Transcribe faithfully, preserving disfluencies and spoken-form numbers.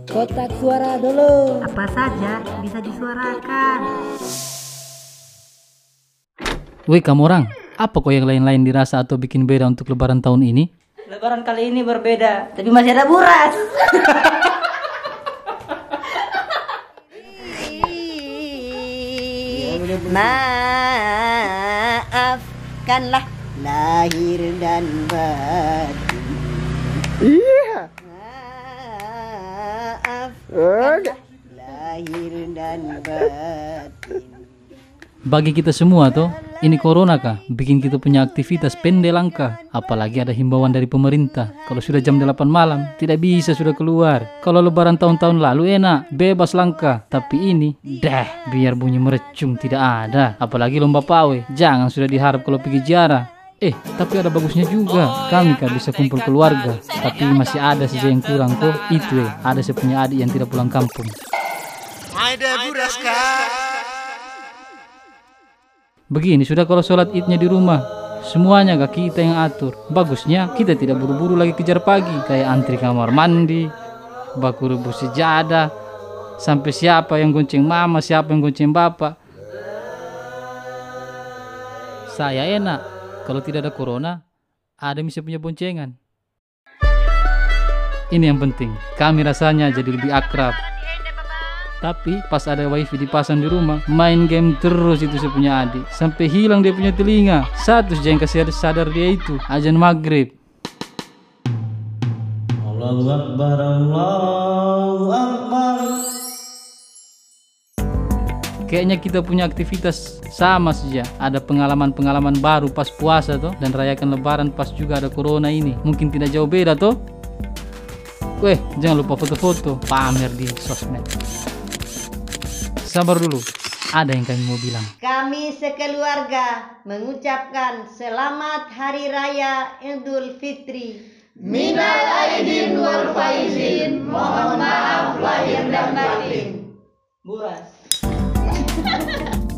Kotak suara dulu. Apa saja bisa disuarakan. Woi kamu orang, apa kok yang lain-lain dirasa atau bikin beda untuk lebaran tahun ini? Lebaran kali ini berbeda, tapi masih ada buras. Maafkanlah lahir dan batin. Iya. Maafkanlah lahir dan batin. Bagi kita semua toh, ini corona kah? Bikin kita punya aktivitas pendek langka. Apalagi ada himbauan dari pemerintah. Kalau sudah jam delapan malam, tidak bisa sudah keluar. Kalau lebaran tahun-tahun lalu enak, bebas langka. Tapi ini, dah, biar bunyi merecung tidak ada. Apalagi lomba pawe, jangan sudah diharap kalau pergi ziarah. Eh, tapi ada bagusnya juga. Kami kan bisa kumpul keluarga. Tapi masih ada saja yang kurang kok. Itu eh, ada saya punya adik yang tidak pulang kampung. Ada buras kah? Begini sudah kalau sholat idnya di rumah, semuanya gak kita yang atur. Bagusnya kita tidak buru-buru lagi kejar pagi, kayak antri kamar mandi, baku rebus sejadah, sampai siapa yang gonceng mama, siapa yang gonceng bapak. Saya enak, kalau tidak ada corona, ada bisa punya boncengan. Ini yang penting, kami rasanya jadi lebih akrab. Tapi pas ada wifi dipasang di rumah, main game terus itu saya punya adik. Sampai hilang dia punya telinga. Satu saja yang kasih sadar dia itu azan maghrib. Allahu Akbar, Allahu Akbar. Kayaknya kita punya aktivitas sama saja. Ada pengalaman-pengalaman baru pas puasa toh, dan rayakan lebaran pas juga ada corona ini. Mungkin tidak jauh beda toh. Weh, jangan lupa foto-foto, pamer di sosmed. Sabar dulu, ada yang kami mau bilang. Kami sekeluarga mengucapkan selamat Hari Raya Idul Fitri. Minal aidin wal faizin. Mohon maaf lahir dan batin. Buras.